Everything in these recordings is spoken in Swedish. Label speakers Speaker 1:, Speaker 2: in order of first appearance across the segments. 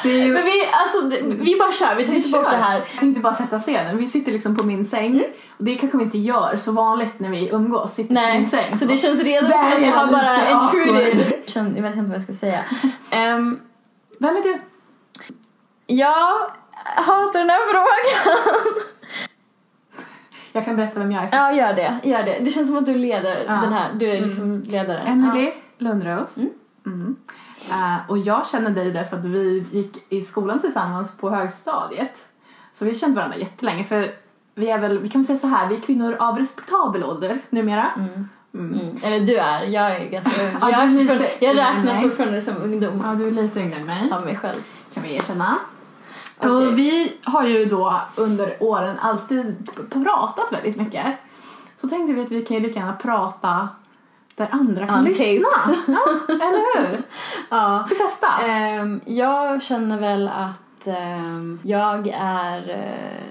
Speaker 1: Men vi bara kör, vi tar inte bort det här.
Speaker 2: Jag tänkte bara sätta scenen. Vi sitter liksom på min säng. Och det kanske vi inte gör så vanligt när vi umgås. Sitter på min säng.
Speaker 1: Så det känns redan som att jag har bara intruded. Jag vet inte vad jag ska säga.
Speaker 2: Vem är du?
Speaker 1: Jag hatar den här frågan.
Speaker 2: Jag kan berätta vem jag är.
Speaker 1: Ja, gör det. Det känns som att du leder den här. Du är liksom ledaren.
Speaker 2: Emily Lundros. Och jag känner dig därför att vi gick i skolan tillsammans på högstadiet. Så vi har känt varandra jättelänge. För vi kan säga så här, vi är kvinnor av respektabel ålder numera.
Speaker 1: Eller du är, jag är ganska ung. Jag räknar fortfarande som ungdom.
Speaker 2: Ja, du är lite yngre än mig.
Speaker 1: Av mig själv.
Speaker 2: Kan vi erkänna. Okay. Och vi har ju då under åren alltid pratat väldigt mycket. Så tänkte vi att vi kan ju lika gärna prata där andra kan lyssna. Ja, eller hur?
Speaker 1: Ja.
Speaker 2: Vi testar.
Speaker 1: Jag känner väl att jag är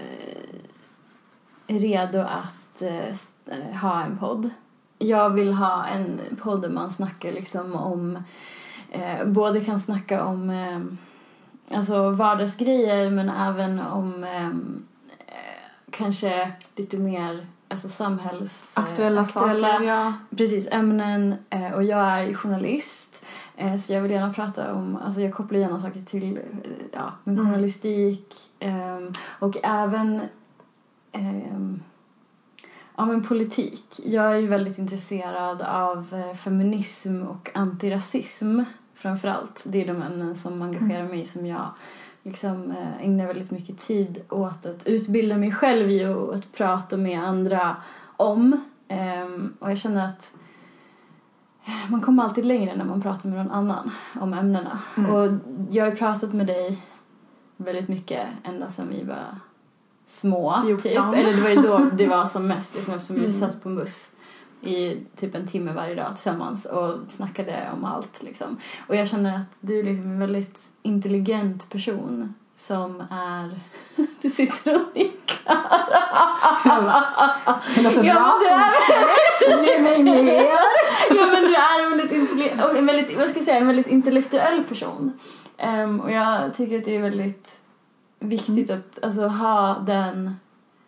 Speaker 1: redo att ha en podd. Jag vill ha en podd där man snackar liksom om både kan snacka om alltså vardagsgrejer men även om kanske lite mer alltså
Speaker 2: aktuella saker, ja.
Speaker 1: Precis, ämnen. Och jag är journalist, så jag vill gärna prata om, alltså jag kopplar gärna saker till min journalistik, och även men politik. Jag är ju väldigt intresserad av feminism och antirasism framförallt. Det är de ämnen som engagerar mig, som jag liksom ägnar väldigt mycket tid åt att utbilda mig själv i och att prata med andra om. Och jag känner att man kommer alltid längre när man pratar med någon annan om ämnena. Och jag har pratat med dig väldigt mycket ända sedan vi var små, typ. Eller det var ju då det var som mest, liksom, eftersom vi satt på en buss i typ en timme varje dag tillsammans och snackade om allt liksom. Och jag känner att du är liksom en väldigt intelligent person som är du sitter och nickar. Ja, men du är en väldigt intellektuell person. Och jag tycker att det är väldigt viktigt att alltså ha den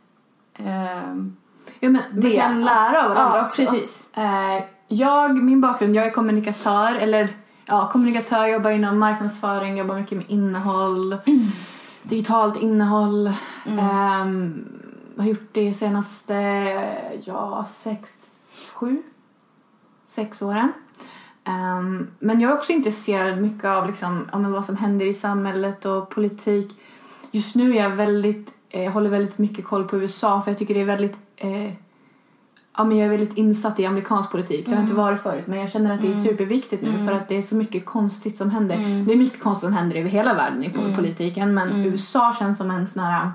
Speaker 2: men vi kan lära av varandra också.
Speaker 1: Precis.
Speaker 2: Min bakgrund, jag är kommunikatör, jobbar inom marknadsföring, jobbar mycket med innehåll, digitalt innehåll. Har gjort det senaste 6 åren. Men jag är också intresserad mycket av liksom, vad som händer i samhället och politik. Just nu är jag håller väldigt mycket koll på USA, för jag tycker det är väldigt jag är väldigt insatt i amerikansk politik. Det har inte varit förut, men jag känner att det är superviktigt nu för att det är så mycket konstigt som händer. Det är mycket konstigt som händer över hela världen i politiken, men USA känns som en sån här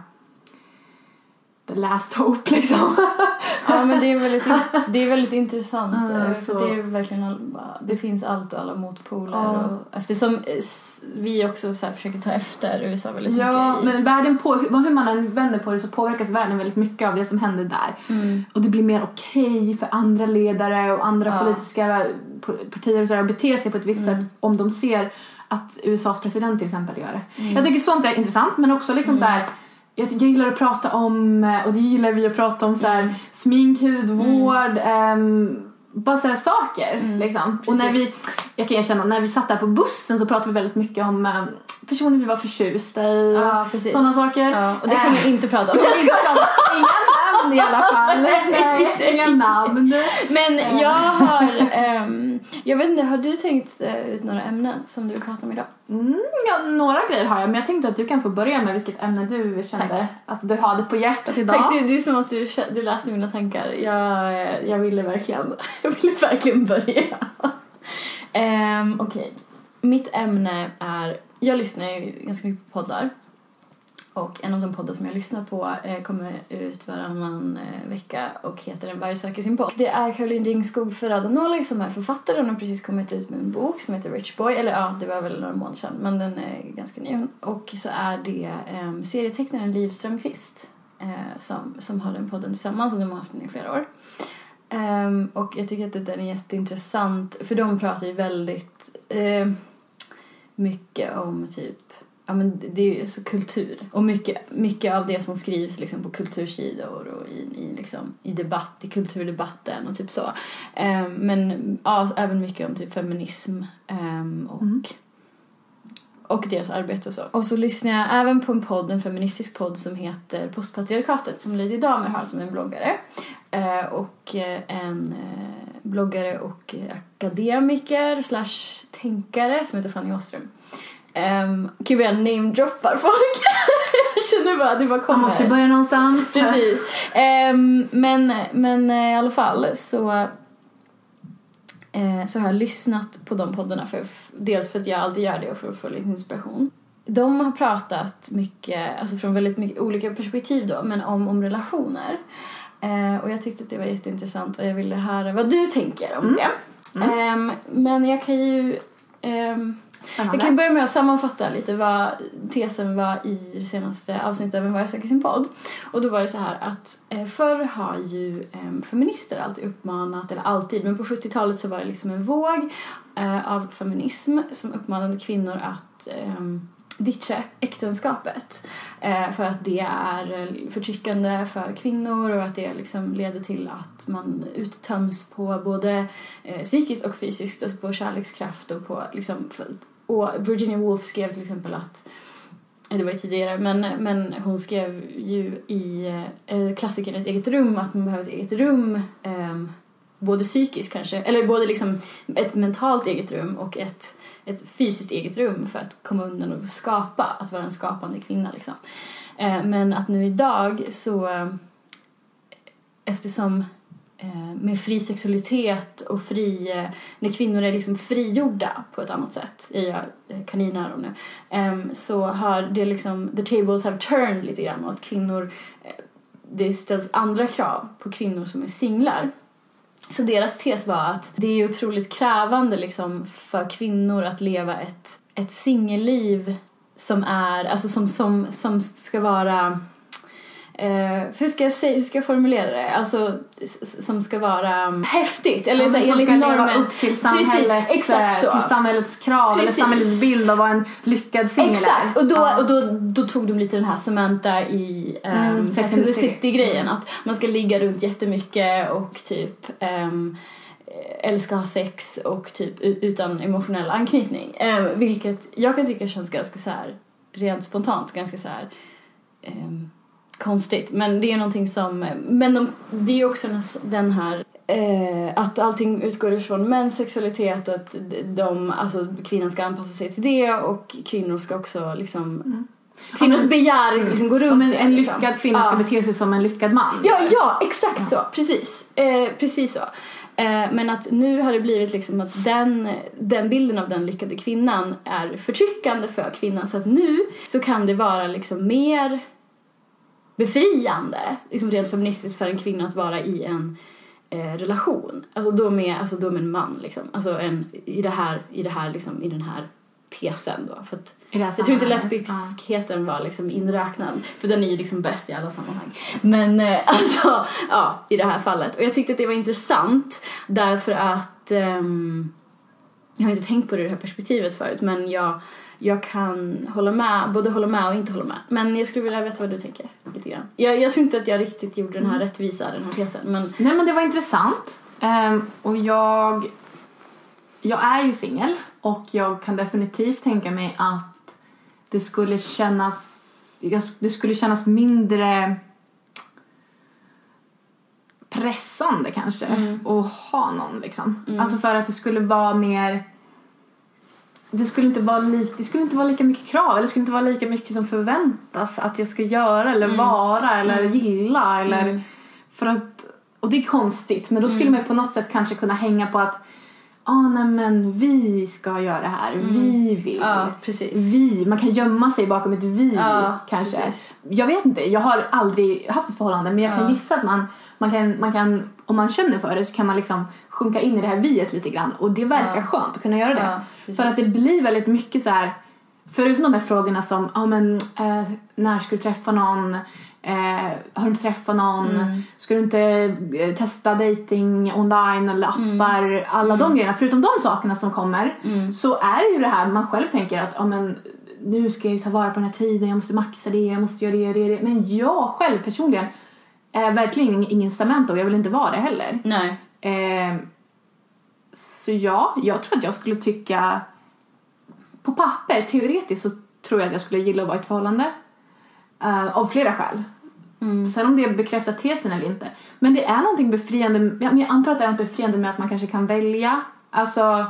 Speaker 2: the last hope liksom.
Speaker 1: Ja, men det är väldigt intressant. För det är verkligen det finns allt och alla motpoler och eftersom vi också så här försöker ta efter USA väldigt mycket. Ja,
Speaker 2: men världen hur man än vänder på det så påverkas världen väldigt mycket av det som händer där. Och det blir mer okej för andra ledare och andra politiska partier och så där att bete sig på ett visst sätt om de ser att USAs president till exempel gör det. Jag tycker sånt är intressant, men också liksom så här, jag gillar att prata om, och det gillar vi att prata om så här, smink, hudvård, bara så här saker liksom. Och jag kan erkänna, när vi satt där på bussen så pratade vi väldigt mycket om personer vi var förtjusta i, sådana saker. Ja,
Speaker 1: och det kan vi inte prata om.
Speaker 2: Inga namn i alla fall. Nej, inga namn.
Speaker 1: Men jag har jag vet inte, har du tänkt ut några ämnen som du vill prata om idag?
Speaker 2: Några grejer har jag, men jag tänkte att du kan få börja med vilket ämne du kände att du hade på hjärtat idag.
Speaker 1: Tack, det är som att du läste mina tankar. Jag ville verkligen börja. Okej. Mitt ämne är, jag lyssnar ju ganska mycket på poddar. Och en av de poddar som jag lyssnar på kommer ut varannan vecka och heter En varg söker sin podd. Det är Caroline Ringskog Ferrada-Nollig som är författare. Hon har precis kommit ut med en bok som heter Rich Boy. Eller det var väl några månader sedan, men den är ganska ny. Och så är det serietecknaren Liv Strömquist som har den podden tillsammans, och de har haft den i flera år. Och jag tycker att den är jätteintressant, för de pratar ju väldigt mycket om typ ja, men det är så kultur. Och mycket av det som skrivs liksom på kultursidor och i debatt, i kulturdebatten och typ så. Men ja, även mycket om typ feminism och deras arbete och så. Och så lyssnar jag även på en feministisk podd som heter Postpatriarkatet, som Lady Damer har som en bloggare. Och en bloggare och akademiker / tänkare som heter Fanny Åström. Gud, jag namedroppar folk. Jag känner bara att det bara kommer.
Speaker 2: Man måste börja någonstans.
Speaker 1: Precis. Men i alla fall så har jag lyssnat på de poddarna dels för att jag alltid gör det och för att få lite inspiration. De har pratat mycket, alltså från väldigt mycket olika perspektiv då, men om relationer. Och jag tyckte att det var jätteintressant och jag ville höra vad du tänker om det. Men jag kan ju jag kan börja med att sammanfatta lite vad tesen var i det senaste avsnittet av En varje söker sin podd. Och då var det så här att förr har ju feminister alltid uppmanat, eller alltid, men på 70-talet så var det liksom en våg av feminism som uppmanade kvinnor att ditcha äktenskapet för att det är förtryckande för kvinnor och att det liksom leder till att man uttöms på både psykiskt och fysiskt, alltså på kärlekskraft och på liksom, och Virginia Woolf skrev till exempel att det var ju tidigare, men hon skrev ju i klassikern Ett eget rum att man behöver ett eget rum, både psykiskt kanske, eller både liksom ett mentalt eget rum och ett fysiskt eget rum för att komma undan och skapa, att vara en skapande kvinna liksom. Men att nu idag så eftersom med fri sexualitet och när kvinnor är liksom frigjorda på ett annat sätt, jag gör kaninöron nu, så har det liksom the tables have turned lite grann och att kvinnor, det ställs andra krav på kvinnor som är singlar. Så deras tes var att det är otroligt krävande liksom för kvinnor att leva ett singelliv som är, alltså som ska vara hur ska jag formulera det? Alltså som ska vara häftigt eller så
Speaker 2: som ska leva upp till samhällets, till samhällets krav. Precis. Eller samhällets bild av vad en lyckad singel är.
Speaker 1: Exakt. Och då tog de lite den här Samantha i Sex and the City-grejen att man ska ligga runt jättemycket och typ älska ha sex och typ utan emotionell anknytning, vilket jag kan tycka känns ganska så här rent spontant, ganska så här konstigt, men det är någonting som det är ju också den här att allting utgår ifrån mäns sexualitet och att alltså kvinnan ska anpassa sig till det och kvinnor ska också liksom kvinnors begär liksom går runt
Speaker 2: men en lyckad kvinna ska bete sig som en lyckad man.
Speaker 1: Ja, exakt så, precis så. Men att nu har det blivit liksom att den bilden av den lyckade kvinnan är förtryckande för kvinnan, så att nu så kan det vara liksom mer befriande, liksom rent feministiskt, för en kvinna att vara i en relation. Alltså då med en man liksom. Alltså i det här liksom, i den här tesen då, för att jag tror inte lesbiskheten var liksom inräknad, för den är ju liksom bäst i alla sammanhang. Men alltså i det här fallet, och jag tyckte att det var intressant därför att jag har inte tänkt på det i det här perspektivet förut, men jag kan hålla med och inte hålla med. Men jag skulle vilja veta vad du tänker lite grann. Jag tror inte att jag riktigt gjorde den här rättvisa, den här tesen. Men...
Speaker 2: Nej, men det var intressant. Och jag är ju singel. Och jag kan definitivt tänka mig att det skulle kännas mindre pressande kanske att ha någon liksom. Alltså för att det skulle vara mer... Det skulle inte vara lika mycket krav, eller det skulle inte vara lika mycket som förväntas att jag ska göra eller vara eller gilla eller för att, och det är konstigt, men då skulle man på något sätt kanske kunna hänga på att nej men vi ska göra det här, vi vill.
Speaker 1: Ja, precis.
Speaker 2: Man kan gömma sig bakom ett vi kanske. Precis. Jag vet inte, jag har aldrig haft ett förhållande, men jag kan gissa att man kan, om man känner för det så kan man liksom sjunka in i det här viet lite grann, och det verkar skönt att kunna göra det. För att det blir väldigt mycket så här, förutom de här frågorna som när ska du träffa någon, har du inte träffat någon, ska du inte testa dating online eller appar, alla de grejerna, förutom de sakerna som kommer, så är ju det här man själv tänker att nu ska jag ta vara på den här tiden, jag måste maxa det, jag måste göra det. Men jag själv personligen är verkligen ingen Samantha och jag vill inte vara det heller.
Speaker 1: Nej.
Speaker 2: Så ja, jag tror att jag skulle tycka, på papper, teoretiskt så tror jag att jag skulle gilla att vara i ett förhållande. Av flera skäl. Sen om det bekräftar tesen eller inte. Men det är någonting befriande, jag antar att det är något befriande med att man kanske kan välja. Alltså...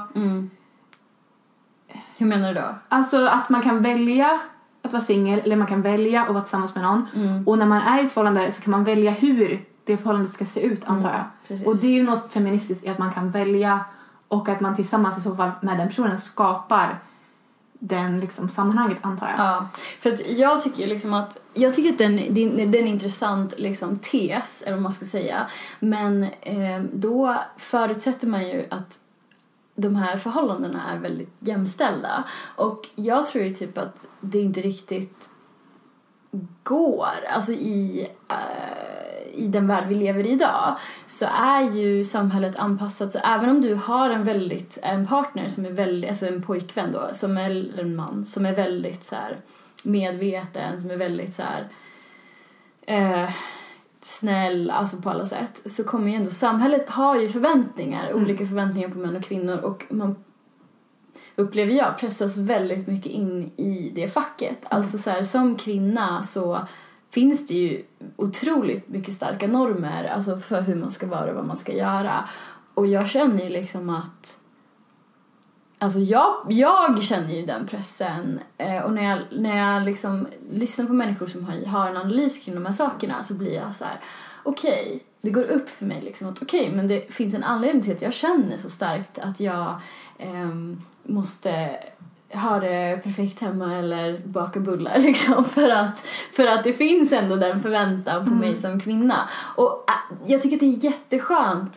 Speaker 1: Hur menar du då?
Speaker 2: Alltså att man kan välja att vara singel eller man kan välja att vara tillsammans med någon. Och när man är i ett förhållande så kan man välja hur det förhållandet ska se ut, antar jag.
Speaker 1: Precis.
Speaker 2: Och det är ju något feministiskt i att man kan välja och att man tillsammans i så fall med den personen skapar den liksom sammanhanget, antar jag.
Speaker 1: Ja, för att jag tycker liksom att det är en intressant liksom tes, eller vad man ska säga. Men då förutsätter man ju att de här förhållandena är väldigt jämställda. Och jag tror ju typ att det inte riktigt går. Alltså i den värld vi lever i idag så är ju samhället anpassat. Så även om du har en partner som är väldigt, alltså en pojkvän då, som är, eller en man som är väldigt så här medveten, som är väldigt så här snäll, alltså på alla sätt, så kommer ju ändå samhället har ju förväntningar, olika förväntningar på män och kvinnor, och man, upplever jag, pressas väldigt mycket in i det facket. Alltså så här, som kvinna så finns det ju otroligt mycket starka normer, alltså för hur man ska vara och vad man ska göra. Och jag känner ju liksom att, alltså jag känner ju den pressen, och när jag liksom lyssnar på människor som har en analys kring de här sakerna, så blir jag så här: okej, det går upp för mig liksom att men det finns en anledning till att jag känner så starkt att jag måste ha det perfekt hemma eller baka bullar liksom, för att det finns ändå den förväntan på mig som kvinna. Och jag tycker att det är jätteskönt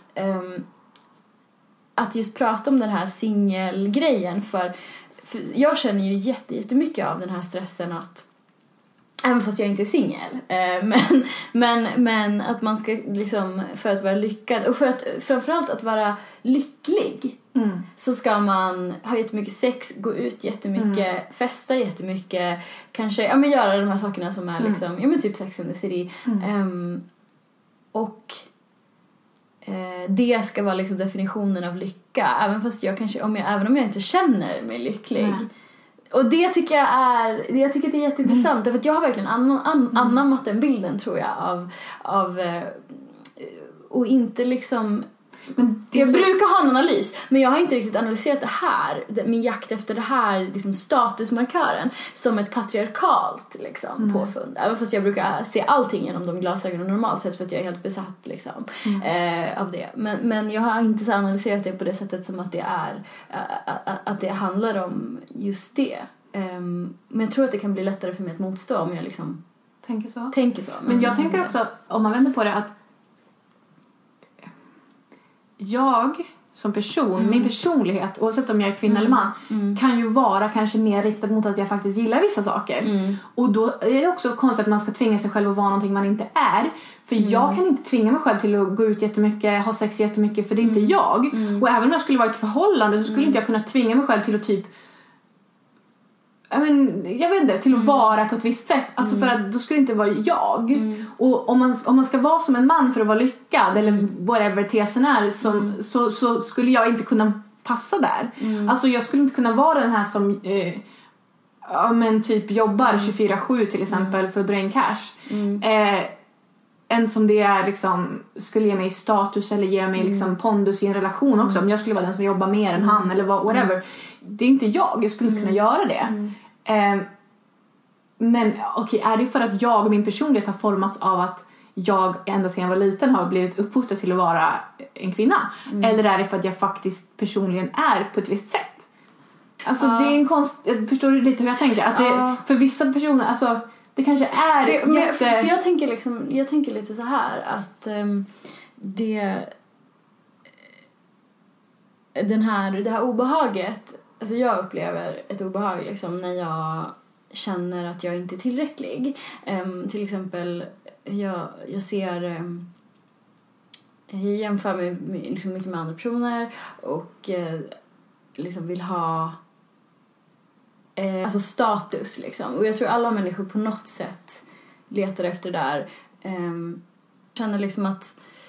Speaker 1: att just prata om den här singelgrejen, för jag känner ju jättemycket av den här stressen, att även fast jag inte är singel, men att man ska liksom, för att vara lyckad och för att framförallt att vara lycklig, så ska man ha jättemycket sex, gå ut jättemycket, festa jättemycket, kanske göra de här sakerna som är liksom, typ Sex and the City, och det ska vara liksom definitionen av lycka, även fast jag kanske, även om jag inte känner mig lycklig. Och det tycker jag tycker det är jätteintressant, för att jag har verkligen anammat den bilden, tror jag, av och inte liksom, men jag brukar ha en analys, men jag har inte riktigt analyserat det här, min jakt efter det här liksom statusmarkören, som ett patriarkalt liksom påfund. Även fast jag brukar se allting genom de glasögonen normalt sett, för att jag är helt besatt liksom av det. Men jag har inte så analyserat det på det sättet som att det är att det handlar om just det. Men jag tror att det kan bli lättare för mig att motstå om jag liksom tänker så.
Speaker 2: Men jag tänker också, om man vänder på det, att jag som person, min personlighet, oavsett om jag är kvinna eller man, kan ju vara kanske mer riktad mot att jag faktiskt gillar vissa saker. Och då är det också konstigt att man ska tvinga sig själv att vara någonting man inte är. För jag kan inte tvinga mig själv till att gå ut jättemycket, ha sex jättemycket, för det är inte jag. Och även om jag skulle vara i ett förhållande så skulle inte jag kunna tvinga mig själv till att typ, jag vet inte, till att vara på ett visst sätt. Alltså för att då skulle det inte vara jag. Och om man ska vara som en man för att vara lyckad, eller whatever tesen är, så skulle jag inte kunna passa där. Alltså jag skulle inte kunna vara den här som typ jobbar 24/7 till exempel för att dra in cash. En som det är liksom, skulle ge mig status eller ge mig liksom pondus i en relation också. Om jag skulle vara den som jobbar mer än han eller whatever. Det är inte jag skulle inte kunna göra det. Men okej, är det för att jag och min personlighet har formats av att jag ända sedan jag var liten har blivit uppfostrad till att vara en kvinna? Eller är det för att jag faktiskt personligen är på ett visst sätt? Alltså det är en konst, förstår du lite hur jag tänker? Att det, för vissa personer, alltså det kanske är
Speaker 1: för jag tänker liksom, jag tänker lite så här att det här obehaget, alltså jag upplever ett obehag liksom när jag känner att jag inte är tillräcklig. Till exempel jag ser jag jämför mig liksom mycket med andra personer och liksom vill ha alltså status liksom. Och jag tror alla människor på något sätt letar efter det där. Känner liksom att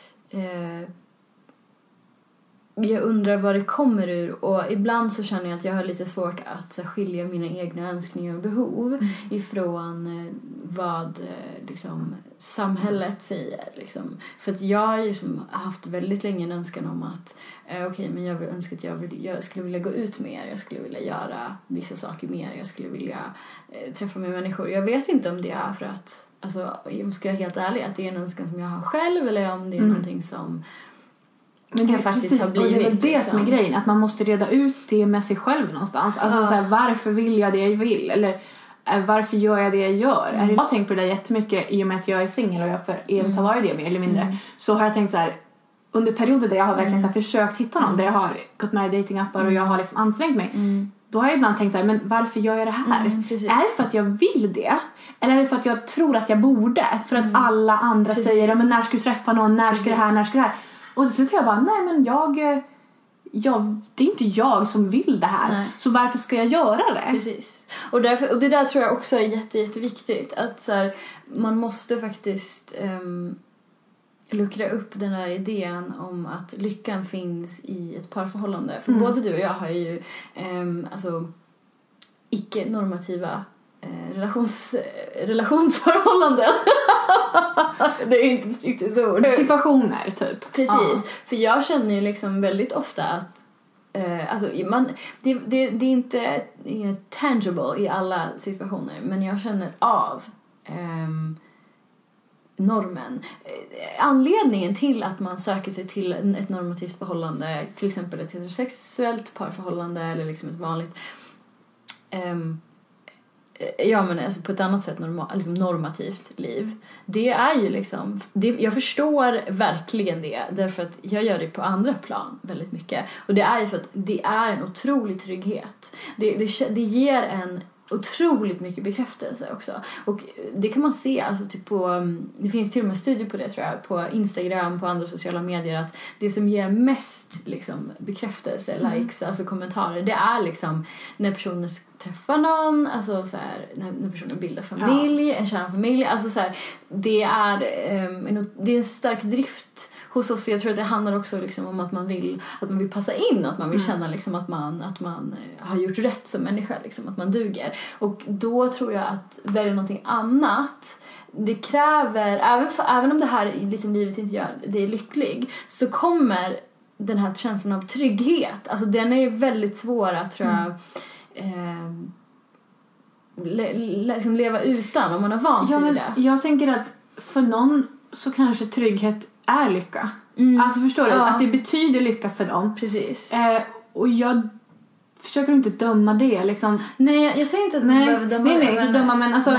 Speaker 1: jag undrar vad det kommer ur, och ibland så känner jag att jag har lite svårt att så skilja mina egna önskningar och behov ifrån vad liksom samhället säger liksom. För att jag har liksom haft väldigt länge en önskan om att men jag önskar att jag skulle vilja gå ut mer, jag skulle vilja göra vissa saker mer, jag skulle vilja träffa med människor. Jag vet inte om det är för att, alltså jag ska vara helt ärlig, att det är en önskan som jag har själv, eller om det är någonting som
Speaker 2: men det faktiskt har blivit. Och det är väl det liksom som är grejen, att man måste reda ut det med sig själv någonstans. Alltså så här, varför vill jag det jag vill? Eller varför gör jag det jag gör? Jag har tänkt på det jättemycket i och med att jag är singel och jag för evigt har varit det mer eller mindre. Så har jag tänkt så här, under perioder där jag har verkligen så här, försökt hitta någon, där jag har gått med i datingappar och jag har liksom ansträngt mig. Då har jag ibland tänkt så här, men varför gör jag det här? Är det för att jag vill det? Eller är det för att jag tror att jag borde? För att alla andra säger, men när ska du träffa någon? När ska det här? När ska det här? Och då slutar jag bara, nej men det är inte jag som vill det här. Nej. Så varför ska jag göra det?
Speaker 1: Precis. Och det där tror jag också är jätteviktigt. Att så här, man måste faktiskt luckra upp den här idén om att lyckan finns i ett parförhållande. För både du och jag har ju alltså icke-normativa relationsförhållanden. Det är inte ett riktigt ord.
Speaker 2: Situationer typ.
Speaker 1: Precis. För jag känner ju liksom väldigt ofta att alltså det är inte tangible i alla situationer, men jag känner av normen. Anledningen till att man söker sig till ett normativt förhållande, till exempel ett heterosexuellt parförhållande eller liksom ett vanligt men alltså på ett annat sätt liksom normativt liv. Det är ju liksom jag förstår verkligen det, därför att jag gör det på andra plan väldigt mycket. Och det är ju för att det är en otrolig trygghet. Det ger en otroligt mycket bekräftelse också. Och det kan man se alltså typ på, det finns till och med studier på det tror jag, på Instagram, på andra sociala medier, att det som ger mest liksom bekräftelse, likes, alltså kommentarer, det är liksom när personer träffar någon, alltså så här, när personer bildar familj, en kärnfamilj, alltså så här, det är en stark drift hos oss. Jag tror att det handlar också liksom om att man vill passa in, att man vill känna liksom att man har gjort rätt som människa, liksom, att man duger. Och då tror jag att välja någonting annat, det kräver, även om det här liksom livet inte gör det är lycklig, så kommer den här känslan av trygghet, alltså den är väldigt svår att, tror jag, liksom leva utan om man har vant sig vid det.
Speaker 2: Jag tänker att för någon så kanske trygghet är lycka. Alltså förstår du? Att det betyder lycka för dem.
Speaker 1: Precis.
Speaker 2: Och jag försöker inte döma det liksom.
Speaker 1: Nej, jag säger inte att man behöver döma det.
Speaker 2: Nej, inte döma, men alltså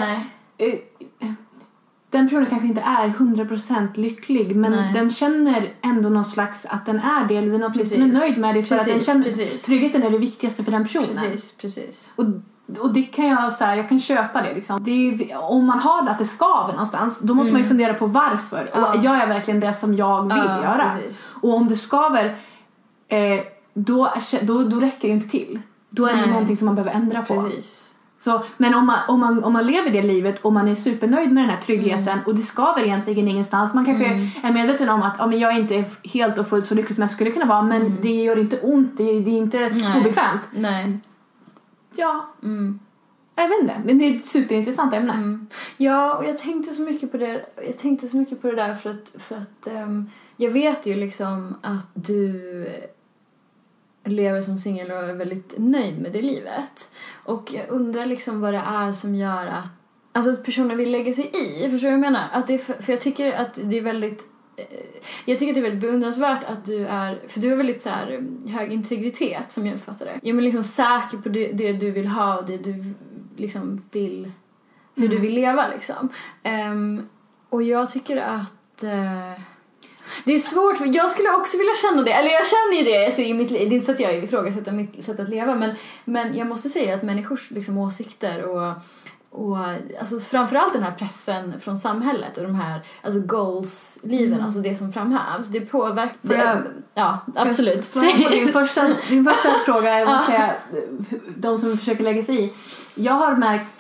Speaker 2: den personen kanske inte är 100% lycklig, men den känner ändå någon slags att den är det, eller den är nöjd med det, för att den känner tryggheten är det viktigaste för den personen. Precis. Och det kan jag kan köpa det liksom. Om man har det att det skaver någonstans, då måste man ju fundera på varför. Och jag är verkligen det som jag vill göra. Precis. Och om det skaver då räcker det inte till. Då är det någonting som man behöver ändra på. Precis. Så, men om man lever det livet och man är supernöjd med den här tryggheten och det skaver egentligen ingenstans. Man kanske är medveten om att men jag är inte helt och fullt så lycklig som jag skulle kunna vara, men det gör inte ont, det är inte obekvämt. Nej. Ja. Jag vet inte, men det är ett superintressant ämne.
Speaker 1: Ja, och jag tänkte så mycket på det. Där för att jag vet ju liksom att du lever som singel och är väldigt nöjd med det livet. Och jag undrar liksom vad det är som gör att personer vill lägga sig i. Förstår du vad jag menar? Att för jag tycker att det är väldigt beundransvärt att du är, för du har väldigt så här hög integritet som jag uppfattar det. Jag är liksom säker på det du vill ha och det du liksom vill, hur du vill leva liksom. Och jag tycker att det är svårt, för jag skulle också vilja känna det. Eller jag känner ju det alltså, i mitt liv. Det är inte så att jag ifrågasätter mitt sätt att leva, men jag måste säga att människors liksom, åsikter och och alltså framförallt den här pressen från samhället och de här alltså goals-liven, alltså det som framhävs, det påverkar. Ja, absolut.
Speaker 2: Din första fråga, jag vill säga, de som försöker lägga sig i. Jag har märkt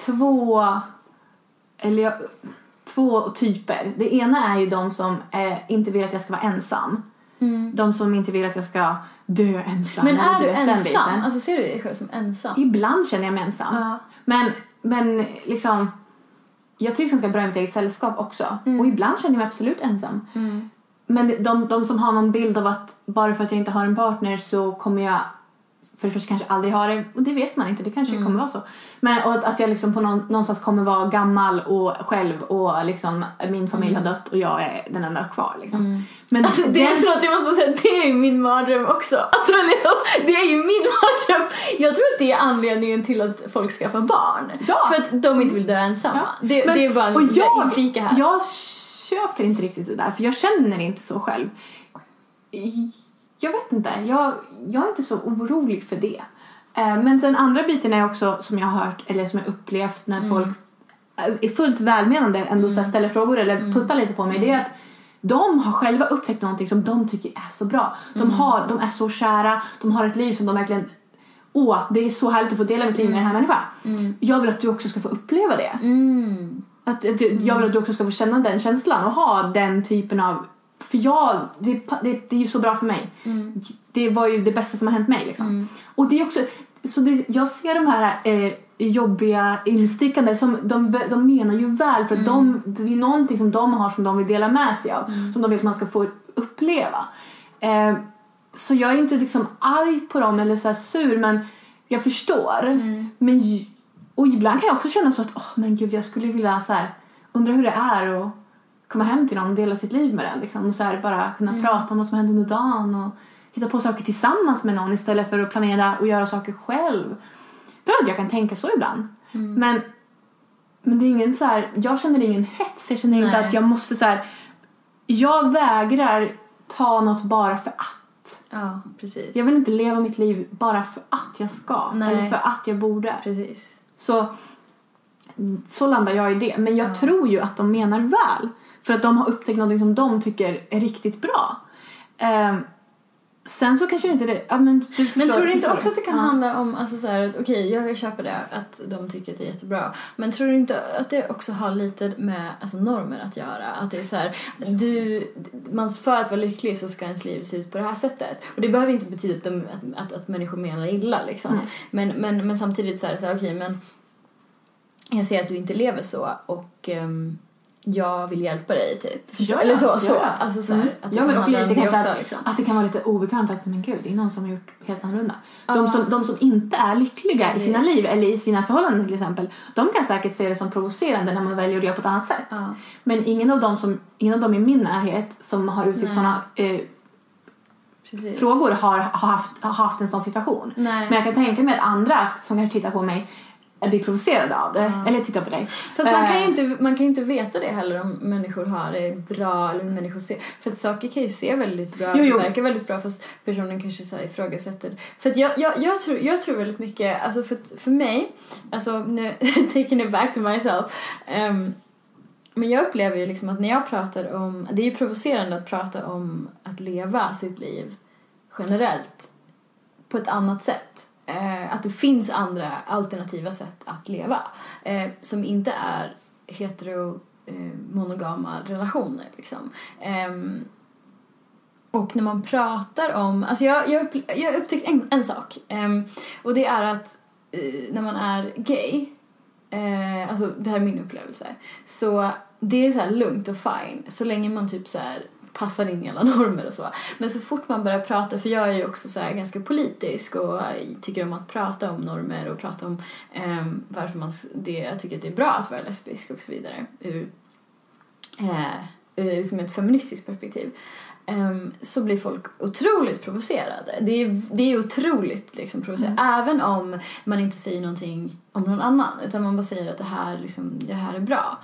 Speaker 2: två typer. Det ena är ju de som inte vill att jag ska vara ensam. De som inte vill att jag ska dö ensam.
Speaker 1: Men är du ensam? Alltså ser du dig själv som ensam?
Speaker 2: Ibland känner jag mig ensam. Men liksom, jag trivs ganska bra i mitt eget sällskap också. Och ibland känner jag mig absolut ensam. Men de som har någon bild av att bara för att jag inte har en partner så kommer jag för det första kanske aldrig ha det. Och det vet man inte, det kanske kommer vara så. Men och att jag liksom på någonstans kommer vara gammal och själv och liksom min familj har dött och jag är den enda kvar liksom. Men
Speaker 1: alltså det är ju min mardröm också. Alltså det är ju min mardröm. Jag tror att det är anledningen till att folk skaffar barn. Ja. För att de inte vill dö ensamma. Ja. Det är bara en inflika här.
Speaker 2: Jag köper inte riktigt det där, för jag känner inte så själv. Jag vet inte, jag är inte så orolig för det. Men den andra biten är också, som jag har hört eller som jag upplevt när folk är fullt välmenande ändå så ställer frågor eller puttar lite på mig, det är att de har själva upptäckt någonting som de tycker är så bra. De är så kära, de har ett liv som de verkligen, det är så härligt att få dela mitt liv med den här människan. Jag vill att du också ska få uppleva det. Jag vill att du också ska få känna den känslan och ha den typen av, för det är ju så bra för mig. Det var ju det bästa som har hänt mig liksom. Och det är också så jag ser de här jobbiga instickande som de menar ju väl, för att det är någonting som de har som de vill dela med sig av, som de vill att man ska få uppleva. Så jag är inte liksom arg på dem eller så här sur, men jag förstår. Och ibland kan jag också känna så att men gud, jag skulle vilja så här, undra hur det är och komma hem till någon och dela sitt liv med den liksom, och så här, bara kunna prata om vad som händer under dagen och hitta på saker tillsammans med någon istället för att planera och göra saker själv. Jag kan tänka så ibland. Men det är ingen så här, jag känner ingen hets. Jag känner inte att jag måste så här, jag vägrar ta något bara för att.
Speaker 1: Ja, precis.
Speaker 2: Jag vill inte leva mitt liv bara för att jag ska. Eller för att jag borde.
Speaker 1: Precis.
Speaker 2: Så landar jag i det. Men jag tror ju att de menar väl. För att de har upptäckt något som de tycker är riktigt bra. Sen så kanske inte det... Ja, men
Speaker 1: tror du inte också att det kan handla om... Alltså så här, att okej, jag köper det. Att de tycker att det är jättebra. Men tror du inte att det också har lite med alltså, normer att göra? Att det är så här... för att vara lycklig så ska ens liv se ut på det här sättet. Och det behöver inte betyda att människor menar illa. Liksom. Men samtidigt så är det så här... Okej, men... Jag ser att du inte lever så. Och... jag vill hjälpa dig typ. Eller så. Alltså så här, att det kan handla om det också, liksom.
Speaker 2: Att det kan vara lite obekant att men gud, det är någon som har gjort helt annorlunda. De som inte är lyckliga i sina liv eller i sina förhållanden till exempel, de kan säkert se det som provocerande när man väljer att göra på ett annat sätt. Men ingen av dem i min närhet som har uttryckt sådana frågor har haft en sån situation. Men jag kan tänka mig att andra som kanske tittar på mig blir provocerade av det. Eller tittar på dig.
Speaker 1: Fast man kan ju inte veta det heller om människor har det bra eller hur människor ser. För att saker kan ju se väldigt bra. Det verkar väldigt bra fast personen kanske så här ifrågasätter. För att jag tror väldigt mycket, alltså för mig, alltså nu taking it back to myself, men jag upplever ju liksom att när jag pratar om, det är ju provocerande att prata om att leva sitt liv generellt på ett annat sätt. Att det finns andra alternativa sätt att leva som inte är monogama relationer liksom. Och när man pratar om, alltså jag upptäckt en sak, och det är att när man är gay, alltså det här är min upplevelse, så det är så här lugnt och fine så länge man typ så här passar in i alla normer och så. Men så fort man börjar prata, för jag är ju också så här ganska politisk och tycker om att prata om normer och prata om varför jag tycker att det är bra att vara lesbisk och så vidare ur liksom ett feministiskt perspektiv, så blir folk otroligt provocerade. Det är otroligt liksom provocerande, även om man inte säger någonting om någon annan utan man bara säger att det här är bra,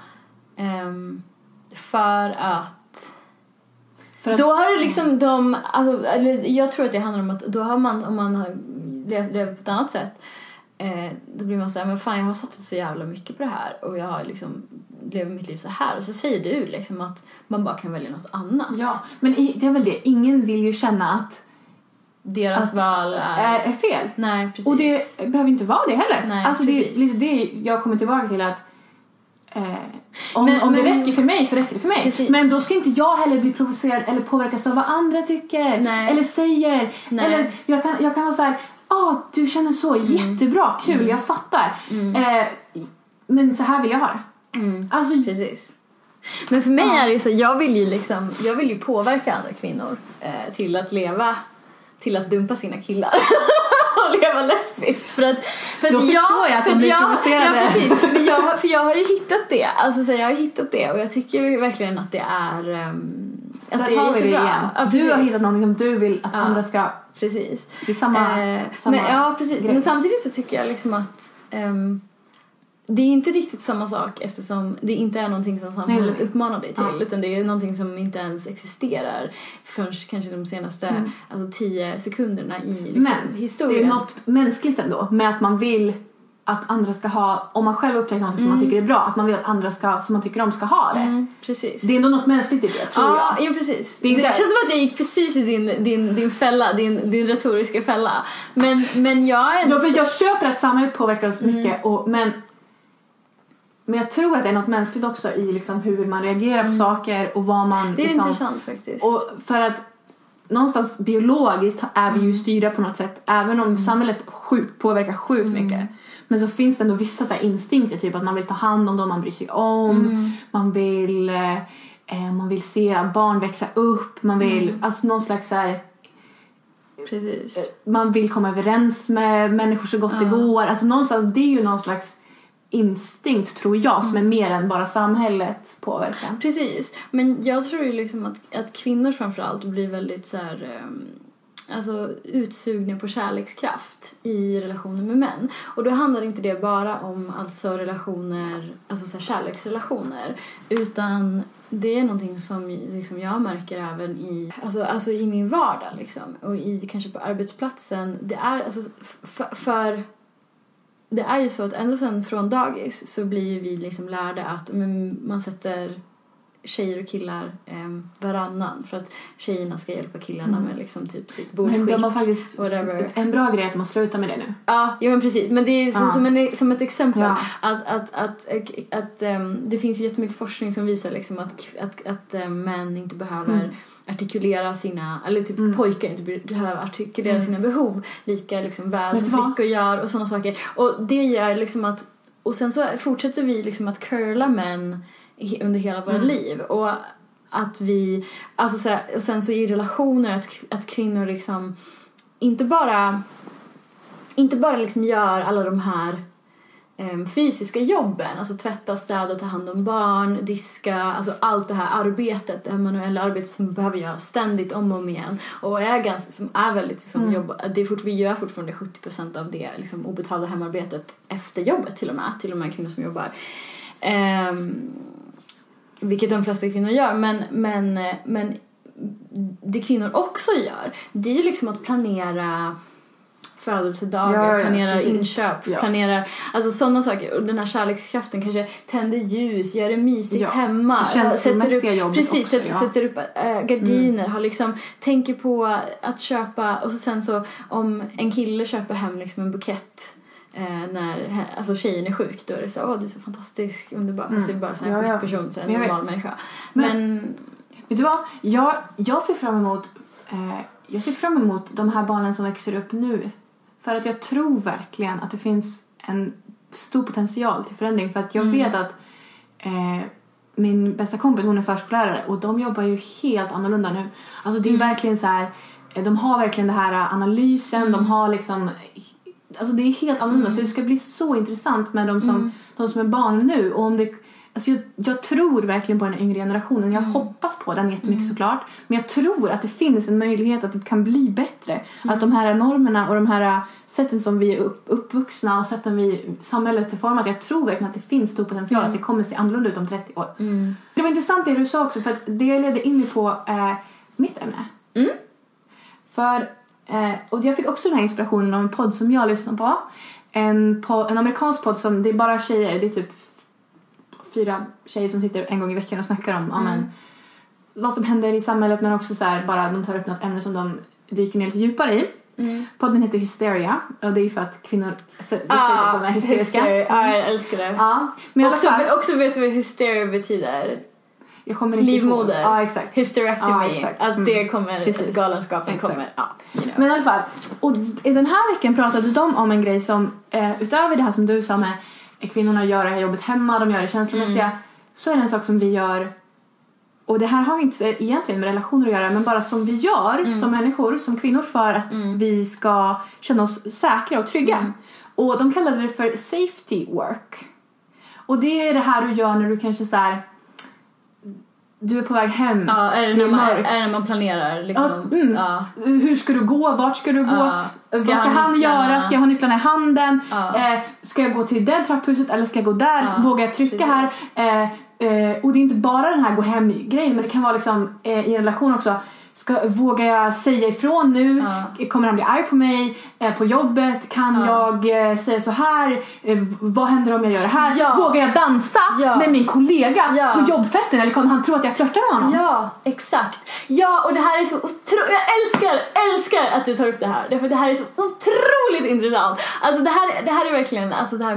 Speaker 1: för att då har det liksom jag tror att det handlar om att då har man, om man har levt på ett annat sätt, då blir man så här, men fan jag har satsat så jävla mycket på det här och jag har liksom lever mitt liv så här, och så säger du liksom att man bara kan välja något annat.
Speaker 2: Ja, men det är väl det. Ingen vill ju känna att
Speaker 1: deras val
Speaker 2: är fel.
Speaker 1: Nej, precis.
Speaker 2: Och det behöver inte vara det heller.
Speaker 1: Nej,
Speaker 2: alltså det är lite det jag kommer tillbaka till, att om det räcker för mig så räcker det för mig.
Speaker 1: Precis.
Speaker 2: Men då ska inte jag heller bli provocerad eller påverkas av vad andra tycker.
Speaker 1: Nej.
Speaker 2: Eller säger.
Speaker 1: Nej.
Speaker 2: Eller jag kan vara så här: du känner så, jättebra, kul, jag fattar. Men så här vill jag ha det. Alltså,
Speaker 1: precis. Men för mig är det så, jag vill ju påverka andra kvinnor till att dumpa sina killar och leva lesbiskt, för att
Speaker 2: då förstår jag att de blir provocerade.
Speaker 1: Ja, precis. Men jag har ju hittat det. Alltså så jag har hittat det, och jag tycker verkligen att det är att det är jättebra. Ja,
Speaker 2: du har hittat någonting som du vill att andra ska.
Speaker 1: Precis.
Speaker 2: Det är samma
Speaker 1: men, ja, precis.
Speaker 2: Grej.
Speaker 1: Men samtidigt så tycker jag liksom att det är inte riktigt samma sak, eftersom det inte är någonting som samhället uppmanar dig till, utan det är någonting som inte ens existerar förrän kanske de senaste 10 sekunderna i liksom, historien.
Speaker 2: Det är något mänskligt ändå med att man vill att andra ska ha, om man själv upptäcker något som man tycker är bra, att man vill att andra som man tycker om ska ha det.
Speaker 1: Precis.
Speaker 2: Det är ändå något mänskligt i det, tror jag.
Speaker 1: Ja, precis. Det känns som att jag gick precis i din fälla, din retoriska fälla. Men jag är
Speaker 2: jag köper att samhället påverkar oss mycket, men jag tror att det är något mänskligt också i liksom hur man reagerar på saker och vad man...
Speaker 1: Det är
Speaker 2: liksom,
Speaker 1: intressant faktiskt.
Speaker 2: Och för att någonstans biologiskt är vi ju styrda på något sätt. Även om samhället påverkar sjukt mycket. Men så finns det ändå vissa så här instinkter. Typ att man vill ta hand om dem man bryr sig om. Man vill se barn växa upp. Man vill... Alltså någon slags så här...
Speaker 1: Precis.
Speaker 2: Man vill komma överens med människor så gott det går. Alltså någonstans, det är ju någon slags instinkt, tror jag, som är mer än bara samhällets påverkan.
Speaker 1: Precis. Men jag tror ju liksom att kvinnor framförallt blir väldigt så här, alltså utsugna på kärlekskraft i relationer med män. Och då handlar inte det bara om alltså relationer, alltså så här kärleksrelationer, utan det är någonting som liksom jag märker även i alltså i min vardag liksom, och i kanske på arbetsplatsen. Det är alltså för det är ju så att ända sedan från dagis så blir ju vi liksom lärda att man sätter tjejer och killar varannan, för att tjejerna ska hjälpa killarna med liksom typ sitt bordsskick. Men
Speaker 2: de har faktiskt en bra grej att man slutar med det nu.
Speaker 1: Ja, men precis. Men det är som ett exempel att det finns ju jättemycket forskning som visar liksom att män inte behöver artikulera sina, eller typ pojkar inte behöver artikulera sina behov lika liksom väl som flickor gör och sådana saker. Och det gör liksom att, och sen så fortsätter vi liksom att curla män under hela våra liv, och att vi alltså så här, och sen så i relationer att kvinnor liksom inte bara liksom gör alla de här fysiska jobben, alltså tvätta, städa, ta hand om barn, diska, alltså allt det här arbetet, det manuella arbetet som behöver göra ständigt om och om igen, och som är väldigt liksom, vi gör fortfarande 70% av det liksom obetalda hemarbetet efter jobbet, till och med kvinnor som jobbar, vilket de flesta kvinnor gör, men det kvinnor också gör, det är ju liksom att planera födelsedagar, planera inköp, planera alltså sådana saker, och den här kärlekskraften, kanske tänder ljus, gör det mysigt hemma, sätter upp gardiner, har liksom, tänker på att köpa, och så sen så om en kille köper hem liksom en bukett när alltså tjejen är sjuk, då är det så, du är så fantastisk, underbar, fast det är bara så en schysst person, så en normal människa. Men
Speaker 2: vet du vad, jag ser fram emot de här barnen som växer upp nu, för att jag tror verkligen att det finns en stor potential till förändring, för att jag vet att min bästa kompis, hon är förskollärare, och de jobbar ju helt annorlunda nu. Alltså det är verkligen så här, de har verkligen det här analysen, de har liksom, alltså det är helt annorlunda, så det ska bli så intressant med de som är barn nu, och om det, alltså jag tror verkligen på den yngre generationen. Jag hoppas på den jättemycket såklart. Men jag tror att det finns en möjlighet att det kan bli bättre. Att de här normerna och de här sätten som vi är uppvuxna och sätten vi samhället är format. Jag tror verkligen att det finns stor potential att det kommer se annorlunda ut om 30 år. Det var intressant det du sa också, för att det ledde in på mitt ämne. För, och jag fick också den här inspirationen av en podd som jag lyssnar på. en amerikansk podd som det är bara tjejer. Det är typ 4 tjejer som sitter en gång i veckan och snackar om vad som händer i samhället, men också så här, bara de tar upp något ämne som de dyker ner lite djupare i. Podden heter Hysteria, och det är för att kvinnor sägs att de är hysteriska.
Speaker 1: Ja, jag älskar det.
Speaker 2: Ja, men
Speaker 1: också vet du vad hysteria betyder?
Speaker 2: Jag kommer inte
Speaker 1: livmoder.
Speaker 2: Ja, exakt.
Speaker 1: Hysterectomy. Exakt. Att det kommer, att galenskapen kommer. Ja,
Speaker 2: men i alla fall, och i den här veckan pratade de om en grej som utöver det här som du sa med kvinnorna gör det här jobbet hemma, de gör det känslomässiga, så är det en sak som vi gör, och det här har vi inte egentligen med relationer att göra, men bara som vi gör som människor, som kvinnor, för att vi ska känna oss säkra och trygga. Och de kallade det för safety work. Och det är det här du gör när du kanske så här, du är på väg hem.
Speaker 1: Ja, är det när man planerar liksom.
Speaker 2: Hur ska du gå? Vart ska du gå? Vad ska han göra? Ska jag ha nycklarna i handen? Ska jag gå till det trapphuset eller ska jag gå där? Vågar jag trycka här? Och det är inte bara den här gå hem-grejen, men det kan vara liksom i en relation också. Vågar jag säga ifrån nu? Kommer han bli arg på mig? På jobbet? Kan jag säga så här? Vad händer om jag gör det här? Vågar jag dansa med min kollega på jobbfesten? Eller kommer han tro att jag flörtar med honom?
Speaker 1: Ja, exakt. Ja, och det här är så otroligt. Jag älskar att du tar upp det här. Därför att det här är så otroligt intressant. Alltså det här är verkligen, alltså det här är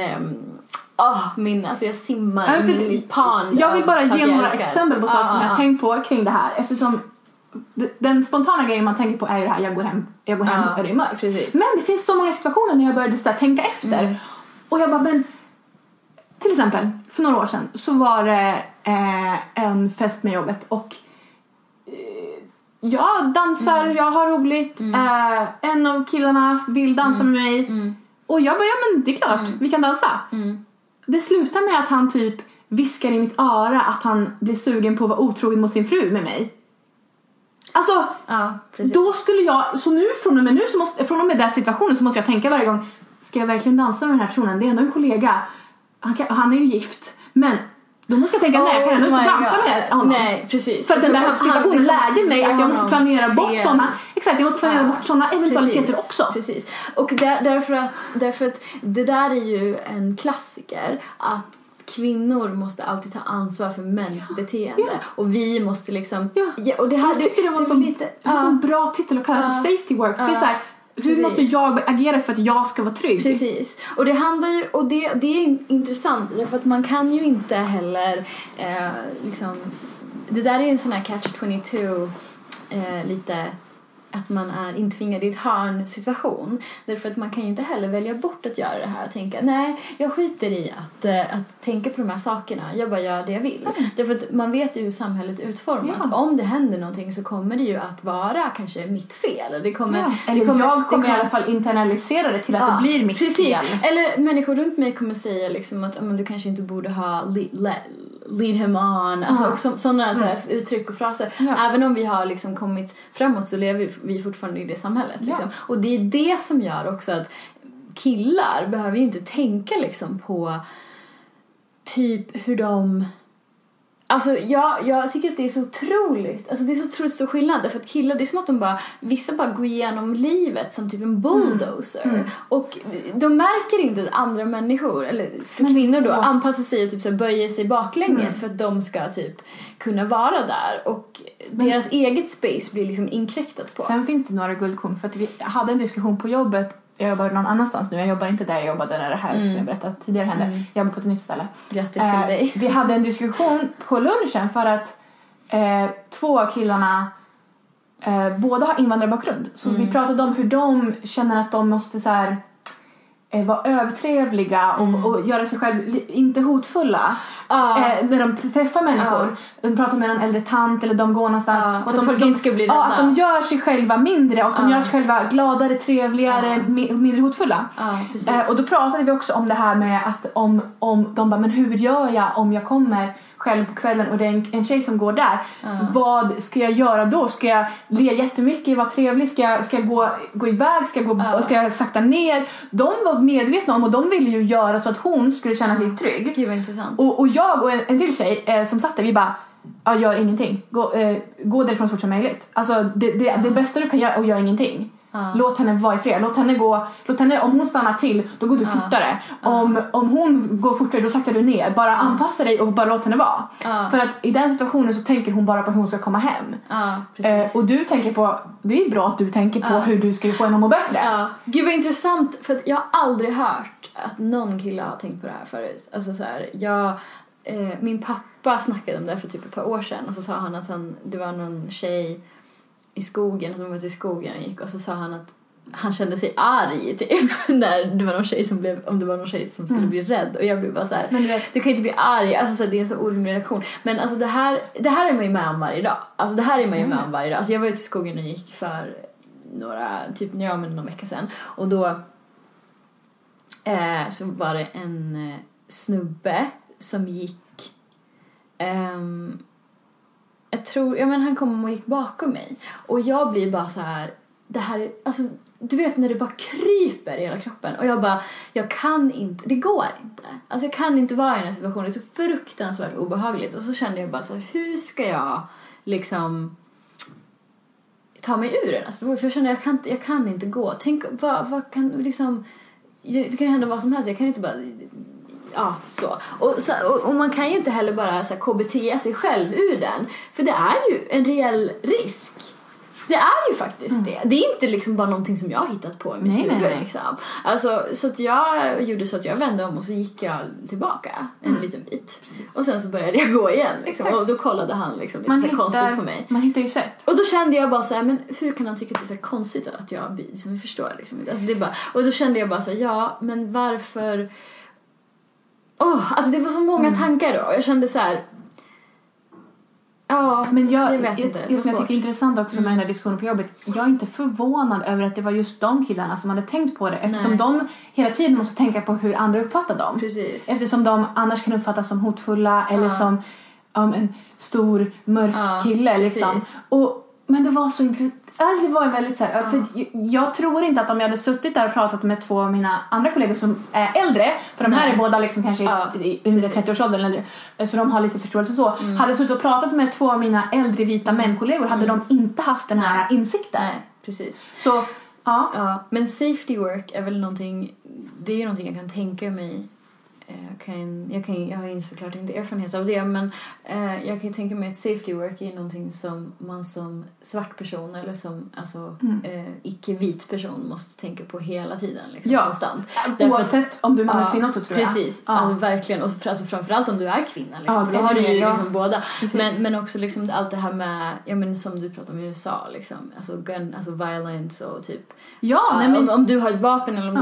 Speaker 1: alltså jag simmar i min pan.
Speaker 2: Jag vill bara ge några exempel på saker som jag har tänkt på kring det här. Eftersom den spontana grejen man tänker på är ju det här, jag går hem och det är mörkt.
Speaker 1: Precis.
Speaker 2: Men det finns så många situationer när jag började tänka efter. Och jag bara, men till exempel för några år sedan så var det en fest med jobbet, och jag dansar, jag har roligt, en av killarna vill dansa med mig, och jag bara, men det är klart, vi kan dansa. Det slutar med att han typ viskar i mitt öra att han blir sugen på att vara otrogen mot sin fru med mig. Alltså, då skulle jag, så nu från och med den situationen så måste jag tänka varje gång, ska jag verkligen dansa med den här personen? Det är ändå en kollega, han är ju gift, men då måste jag tänka, nej, jag kan ändå inte dansa med honom.
Speaker 1: Nej, precis.
Speaker 2: För att den där situationen lärde mig att jag måste planera bort sådana. Exakt, jag måste planera bort sådana eventualiteter också.
Speaker 1: Precis. Och därför att det där är ju en klassiker, att kvinnor måste alltid ta ansvar för mäns beteende. Och vi måste liksom... och det här,
Speaker 2: jag tycker det var en bra titel att kalla för safety work. För det är så här, hur måste jag agera för att jag ska vara trygg?
Speaker 1: Precis. Och det handlar ju... Och det är intressant. För att man kan ju inte heller... liksom, det där är ju en sån här catch-22 lite... att man är intvingad i ett hörn situation. Därför att man kan ju inte heller välja bort att göra det här och tänka, nej, jag skiter i att tänka på de här sakerna. Jag bara gör det jag vill. Därför att man vet ju hur samhället är utformat. Om det händer någonting så kommer det ju att vara kanske mitt fel. Jag kommer i alla fall internalisera det till att det blir mitt fel. Eller människor runt mig kommer säga liksom att du kanske inte borde ha lead him on. Alltså sådana så här uttryck och fraser. Även om vi har liksom kommit framåt så lever vi fortfarande i det samhället. Liksom. Och det är det som gör också att killar behöver ju inte tänka liksom på typ hur de... Alltså jag tycker att det är så otroligt. Alltså det är så otroligt stor skillnad. Därför att killar, det är som att vissa bara går igenom livet som typ en bulldozer. Och de märker inte att andra människor, eller för kvinnor då, anpassar sig och typ så böjer sig baklänges för att de ska typ kunna vara där. Och deras eget space blir liksom inkräktat på.
Speaker 2: Sen finns det några guldkorn, för att vi hade en diskussion på jobbet. Jag jobbar någon annanstans nu. Jag jobbar inte där jag jobbade när det här som jag berättade tidigare hände. Jag jobbar på ett nytt ställe.
Speaker 1: Grattis till dig.
Speaker 2: Vi hade en diskussion på lunchen för att 2 av killarna båda har invandrarbakgrund. Så vi pratade om hur de känner att de måste så här, vara övertrevliga och göra sig själv inte hotfulla när de träffar människor. De pratar med en äldre tant eller de går någonstans
Speaker 1: och att de inte ska bli rädda.
Speaker 2: Att de gör sig själva mindre och att de gör sig själva gladare, trevligare, mindre hotfulla. Och då pratade vi också om det här med att om de bara, men hur gör jag om jag kommer själv på kvällen och det är en tjej som går där. Vad ska jag göra då? Ska jag le jättemycket, vara trevlig? Ska jag gå iväg? Ska jag sakta ner? De var medvetna om, och de ville ju göra så att hon skulle känna sig trygg.
Speaker 1: Gud vad intressant.
Speaker 2: Och jag och en till tjej som satt där, vi bara, gör ingenting. Gå därifrån så fort som möjligt. Alltså det bästa du kan göra är att göra ingenting. Låt henne vara i fred. Låt henne, om hon stannar till, då går du fortare. Om hon går fortare, då saktar du ner. Bara anpassa dig och bara låt henne vara. För att i den situationen så tänker hon bara på hur hon ska komma hem. Och du tänker på, det är bra att du tänker på hur du ska få henne att må bättre.
Speaker 1: Gud vad intressant, för att jag har aldrig hört att någon kille har tänkt på det här förut. Alltså så här, min pappa snackade om det för typ ett par år sedan. Och så sa han att det var någon tjej i skogen, som var ute i skogen och gick, och så sa han att han kände sig arg typ när det var någon tjej som blev, om det var någon tjej som skulle bli rädd, och jag blev bara så här: men du kan inte bli arg, alltså så här, det är en så orimlig reaktion. Men alltså det här är man ju med om varje dag. Alltså det här är man ju med om varje dag. Alltså jag var ute i skogen och gick för någon vecka sedan, och då så var det en snubbe som gick han kom och gick bakom mig, och jag blir bara så här, det här är, alltså du vet när det bara kryper i hela kroppen, och jag kan inte, det går inte, alltså jag kan inte vara i den här situationen, det är så fruktansvärt obehagligt. Och så kände jag bara så här, hur ska jag liksom ta mig ur den, alltså, för jag kände jag kan inte gå. Tänk vad kan liksom, det kan hända vad som helst, jag kan inte bara så. Och man kan ju inte heller bara så här KBT sig själv ur den, för det är ju en reell risk. Det är ju faktiskt det. Det är inte liksom bara någonting som jag har hittat på i mitt huvud liksom. Alltså, så att jag gjorde så att jag vände om och så gick jag tillbaka en liten bit. Precis. Och sen så började jag gå igen liksom. Och då kollade han liksom lite konstigt på mig.
Speaker 2: Man hittar ju sätt.
Speaker 1: Och då kände jag bara så här, men hur kan han tycka att det är så konstigt att jag blir, som vi förstår liksom. Alltså det är bara, och då kände jag bara så här, ja, men varför alltså det var så många tankar då. Jag kände så här,
Speaker 2: men
Speaker 1: jag vet inte.
Speaker 2: Det som jag tycker är intressant också med den här diskussionen på jobbet, jag är inte förvånad över att det var just de killarna som hade tänkt på det, eftersom de hela tiden måste tänka på hur andra uppfattar dem.
Speaker 1: Precis.
Speaker 2: Eftersom de annars kan uppfattas som hotfulla eller som en stor mörk kille liksom. Men det var så intressant. Det var väldigt så här, för jag tror inte att om jag hade suttit där och pratat med två av mina andra kollegor som är äldre, för de här är båda liksom kanske under 30-årsåldern eller, så de har lite förståelse så. Hade suttit och pratat med två av mina äldre vita mänkollegor hade de inte haft den här insikten.
Speaker 1: Nej, precis.
Speaker 2: Så,
Speaker 1: men safety work är väl någonting, det är ju någonting jag kan tänka mig. Jag har ju såklart inte erfarenhet av det, men jag kan tänka mig att safety work är någonting som man som svart person eller som icke-vit person måste tänka på hela tiden liksom, konstant.
Speaker 2: Oavsett om du är man eller kvinna, tror jag.
Speaker 1: Precis, alltså, verkligen. Och framförallt om du är kvinna liksom, då har du ju liksom båda. Men också liksom allt det här med, som du pratar om i USA liksom, alltså violence och typ om du har ett vapen eller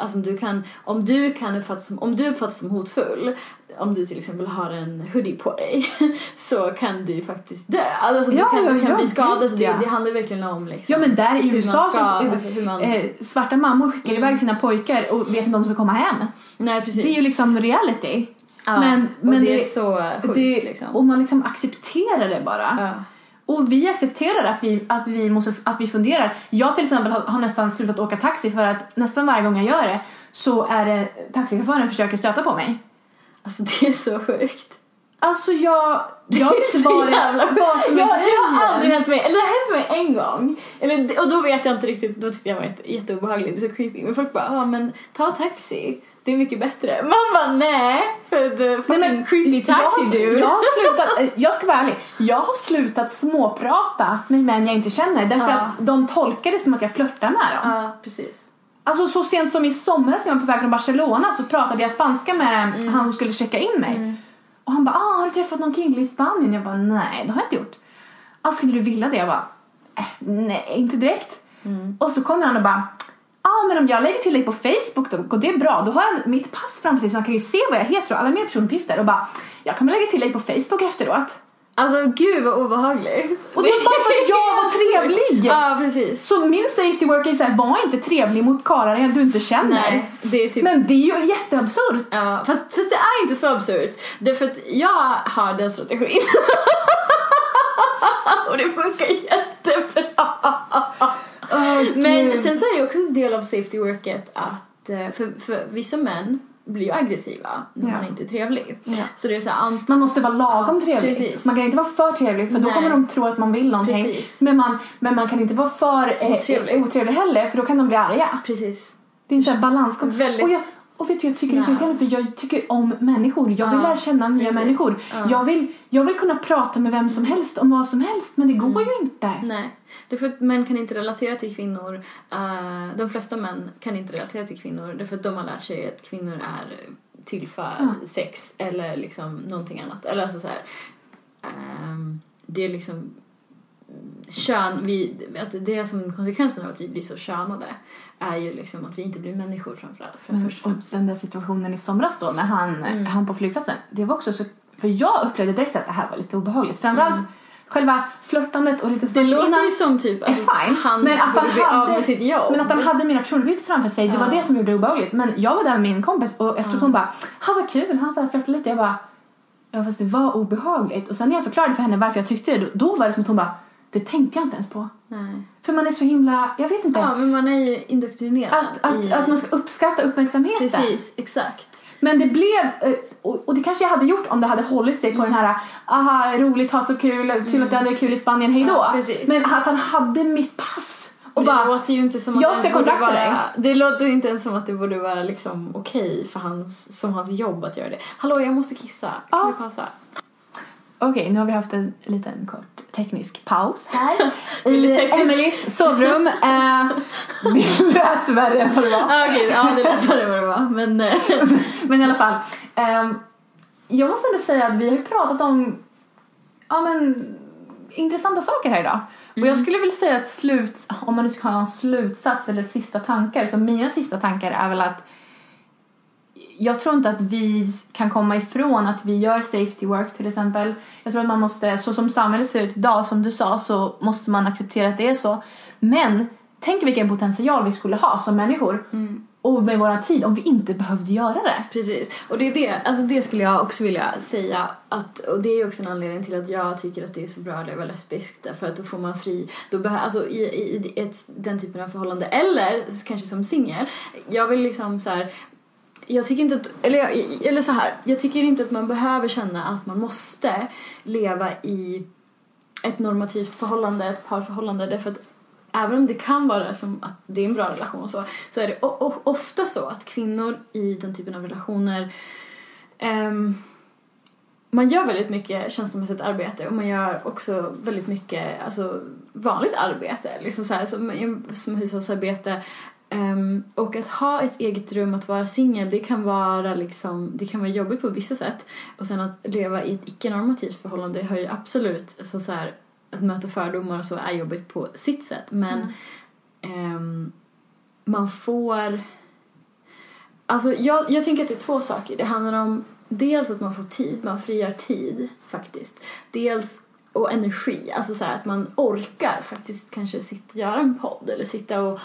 Speaker 1: om du kan uppfattas som hotfull, om du till exempel har en hoodie på dig, så kan du faktiskt dö. Alltså du kan bli skadad, så det handlar verkligen om liksom,
Speaker 2: men där i USA svarta mammor skickar iväg sina pojkar och vet inte om de ska komma hem. Nej, precis. Det är ju liksom reality. Men
Speaker 1: det är så sjukt liksom.
Speaker 2: Och man liksom accepterar det bara. Och vi accepterar att vi funderar. Jag till exempel har nästan slutat åka taxi, för att nästan varje gång jag gör det så är det taxichauffören försöker stöta på mig.
Speaker 1: Alltså det är så sjukt.
Speaker 2: Alltså jag vet inte vad som är
Speaker 1: jag har aldrig hänt mig, eller det har hänt mig en gång. Och då vet jag inte riktigt, då tyckte jag var jätteobehagligt, det är så creepy. Men folk bara, men ta taxi. Det är mycket bättre. Man bara, nej, för the creepy taxi dude.
Speaker 2: Jag ska vara ärlig. Jag har slutat småprata med män jag inte känner, därför att de tolkar det som att jag flörtar med dem.
Speaker 1: Ja, precis.
Speaker 2: Alltså så sent som i somras när jag var på väg från Barcelona så pratade jag spanska med han som skulle checka in mig. Och han bara, har du träffat någon kille i Spanien? Jag bara, nej, det har jag inte gjort. Skulle du vilja det? Jag bara, nej, inte direkt. Och så kommer han och bara, men om jag lägger till dig på Facebook då går det bra. Då har jag mitt pass framför sig så han kan ju se vad jag heter och alla mina personuppgifter. Och bara, jag kan lägga till dig på Facebook efteråt.
Speaker 1: Alltså gud vad obehagligt.
Speaker 2: Och det var bara för att jag var trevlig.
Speaker 1: Ja, precis.
Speaker 2: Så min safety work är såhär, var inte trevlig mot karlar du inte känner.
Speaker 1: Nej, det är typ...
Speaker 2: Men det är ju jätteabsurt.
Speaker 1: Ja, fast det är inte så absurt. Därför att jag har den strategin. Och det funkar jättebra. Men sen så är det också en del av safety worket att för vissa män blir ju aggressiva när man inte är trevlig. Så det är så här,
Speaker 2: man måste vara lagom trevlig.
Speaker 1: Precis.
Speaker 2: Man kan inte vara för trevlig för då kommer de tro att man vill någonting.
Speaker 1: Precis.
Speaker 2: Men man kan inte vara för otrevlig heller för då kan de bli arga.
Speaker 1: Precis.
Speaker 2: Det är en sån här balansgång. Och vet du, jag tycker det är så irriterande för jag tycker om människor. Jag vill lära känna nya människor. Jag vill kunna prata med vem som helst om vad som helst. Men det går ju inte.
Speaker 1: Nej, det är för att män kan inte relatera till kvinnor. De flesta män kan inte relatera till kvinnor. Det är för att de har lärt sig att kvinnor är till för sex. Eller liksom någonting annat. Eller alltså så här, det är liksom att det är som konsekvensen av att vi blir så könade är ju liksom att vi inte blir människor framförallt.
Speaker 2: Och den där situationen i somras då när han på flygplatsen, det var också så, för jag upplevde direkt att det här var lite obehagligt. Framförallt själva flörtandet och lite
Speaker 1: det låter ju som typ
Speaker 2: att han
Speaker 1: men att han hade med sitt jobb.
Speaker 2: Men att han hade mina personuppgifter framför sig, det var det som gjorde det obehagligt. Men jag var där med min kompis och efteråt hon bara, vad kul, han så här flörtade lite. Jag bara, ja fast det var obehagligt. Och sen när jag förklarade för henne varför jag tyckte det, då var det som att hon bara, det tänkte jag inte ens på.
Speaker 1: Nej.
Speaker 2: För man är så himla, jag vet inte.
Speaker 1: Ja, men man är ju indoktrinerad.
Speaker 2: Att man ska uppskatta uppmärksamheten.
Speaker 1: Precis, exakt.
Speaker 2: Men det blev, och det kanske jag hade gjort om det hade hållit sig på den här, roligt, ha så kul att det hade kul i Spanien, hejdå.
Speaker 1: Ja,
Speaker 2: men att han hade mitt pass. Och
Speaker 1: det
Speaker 2: bara,
Speaker 1: låter ju inte som att
Speaker 2: jag ska kontakta dig.
Speaker 1: Det låter ju inte ens som att det borde vara liksom okej för hans jobb att göra det. Hallå, jag måste kissa. Kan vi pausa?
Speaker 2: Okej, nu har vi haft en liten kort teknisk paus här i Emelies sovrum. Det lät värre än vad det var.
Speaker 1: Okej, ja, det lät värre än vad det var.
Speaker 2: Men i alla fall. Jag måste ändå säga att vi har pratat om intressanta saker här idag. Och jag skulle vilja säga att om man nu ska ha en slutsats eller sista tankar. Så mina sista tankar är väl att jag tror inte att vi kan komma ifrån att vi gör safety work till exempel. Jag tror att man måste, så som samhället ser ut idag som du sa, så måste man acceptera att det är så. Men tänk vilken potential vi skulle ha som människor och med våran tid om vi inte behövde göra det.
Speaker 1: Precis, och det skulle jag också vilja säga att, och det är också en anledning till att jag tycker att det är så bra att leva lesbisk, därför att då får man fri, alltså i den typen av förhållande, eller kanske som singel. Jag vill liksom så här, jag tycker inte att, eller så här, jag tycker inte att man behöver känna att man måste leva i ett normativt förhållande, ett parförhållande, därför att även om det kan vara som att det är en bra relation och så är det ofta så att kvinnor i den typen av relationer man gör väldigt mycket känslomässigt arbete och man gör också väldigt mycket alltså vanligt arbete liksom så här, som hushållsarbete. Och att ha ett eget rum, att vara singel, det kan vara jobbigt på vissa sätt, och sen att leva i ett icke-normativt förhållande har ju absolut så här, att möta fördomar och så är jobbigt på sitt sätt, men man får, alltså jag tänker att det är två saker. Det handlar om dels att man får tid, man frigör tid faktiskt, dels och energi, alltså så här att man orkar faktiskt kanske sitta och göra en podd eller sitta och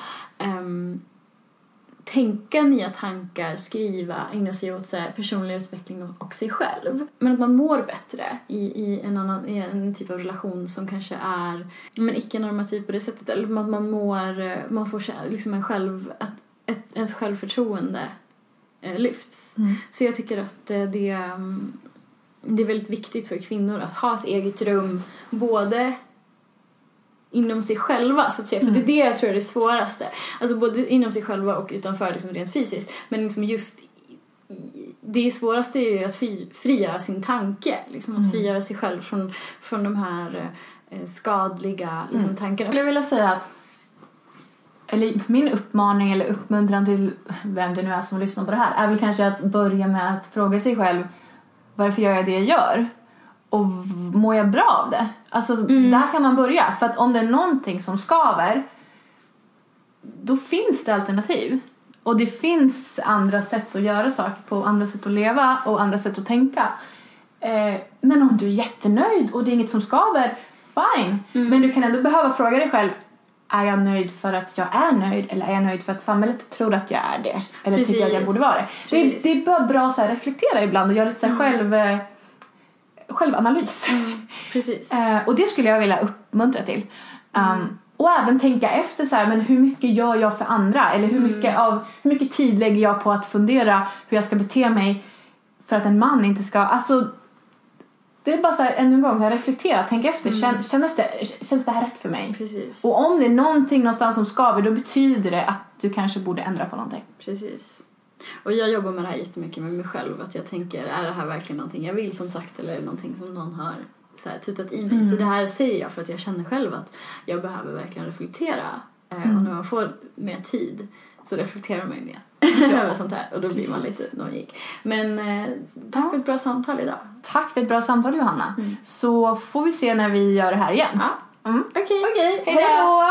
Speaker 1: tänka nya tankar, skriva, ägna sig åt så här, personlig utveckling och sig själv. Men att man mår bättre i en typ av relation som kanske är icke-normativ på det sättet, eller att man får liksom ens självförtroende lyfts. Så jag tycker att det är väldigt viktigt för kvinnor att ha ett eget rum, både inom sig själva så att säga, för det är det jag tror är det svåraste. Alltså både inom sig själva och utanför liksom rent fysiskt, men liksom just det svåraste är ju att frigöra sin tanke, liksom att frigöra sig själv från de här skadliga liksom, tankarna.
Speaker 2: Jag skulle vilja säga att min uppmaning eller uppmuntran till vem det nu är som lyssnar på det här är väl kanske att börja med att fråga sig själv, varför gör jag det jag gör? Och mår jag bra av det? Alltså där kan man börja. För att om det är någonting som skaver, då finns det alternativ. Och det finns andra sätt att göra saker på, andra sätt att leva och andra sätt att tänka. Men om du är jättenöjd och det är inget som skaver, fine. Men du kan ändå behöva fråga dig själv, är jag nöjd för att jag är nöjd, eller är jag nöjd för att samhället tror att jag är det? Eller tycker jag att jag borde vara det? Det är bara bra att reflektera ibland och göra lite så här självanalys.
Speaker 1: Precis.
Speaker 2: Och det skulle jag vilja uppmuntra till. Och även tänka efter så här, men hur mycket gör jag för andra? Eller hur mycket tid lägger jag på att fundera hur jag ska bete mig för att en man inte ska... Alltså, det är bara så här, ännu en gång, så här, reflektera, tänk efter, känn efter, känns det här rätt för mig?
Speaker 1: Precis.
Speaker 2: Och om det är någonting någonstans som skaver, då betyder det att du kanske borde ändra på någonting.
Speaker 1: Precis. Och jag jobbar med det här jättemycket med mig själv, att jag tänker, är det här verkligen någonting jag vill som sagt, eller är det någonting som någon har så här, tutat i mig? Så det här säger jag för att jag känner själv att jag behöver verkligen reflektera. Och när man får mer tid så reflekterar man ju mer över sånt här. Och då blir man lite nojig. Men tack för ett bra samtal idag.
Speaker 2: Tack för ett bra samtal, Johanna. Så får vi se när vi gör det här igen.
Speaker 1: Ja. Okej.
Speaker 2: Hej då!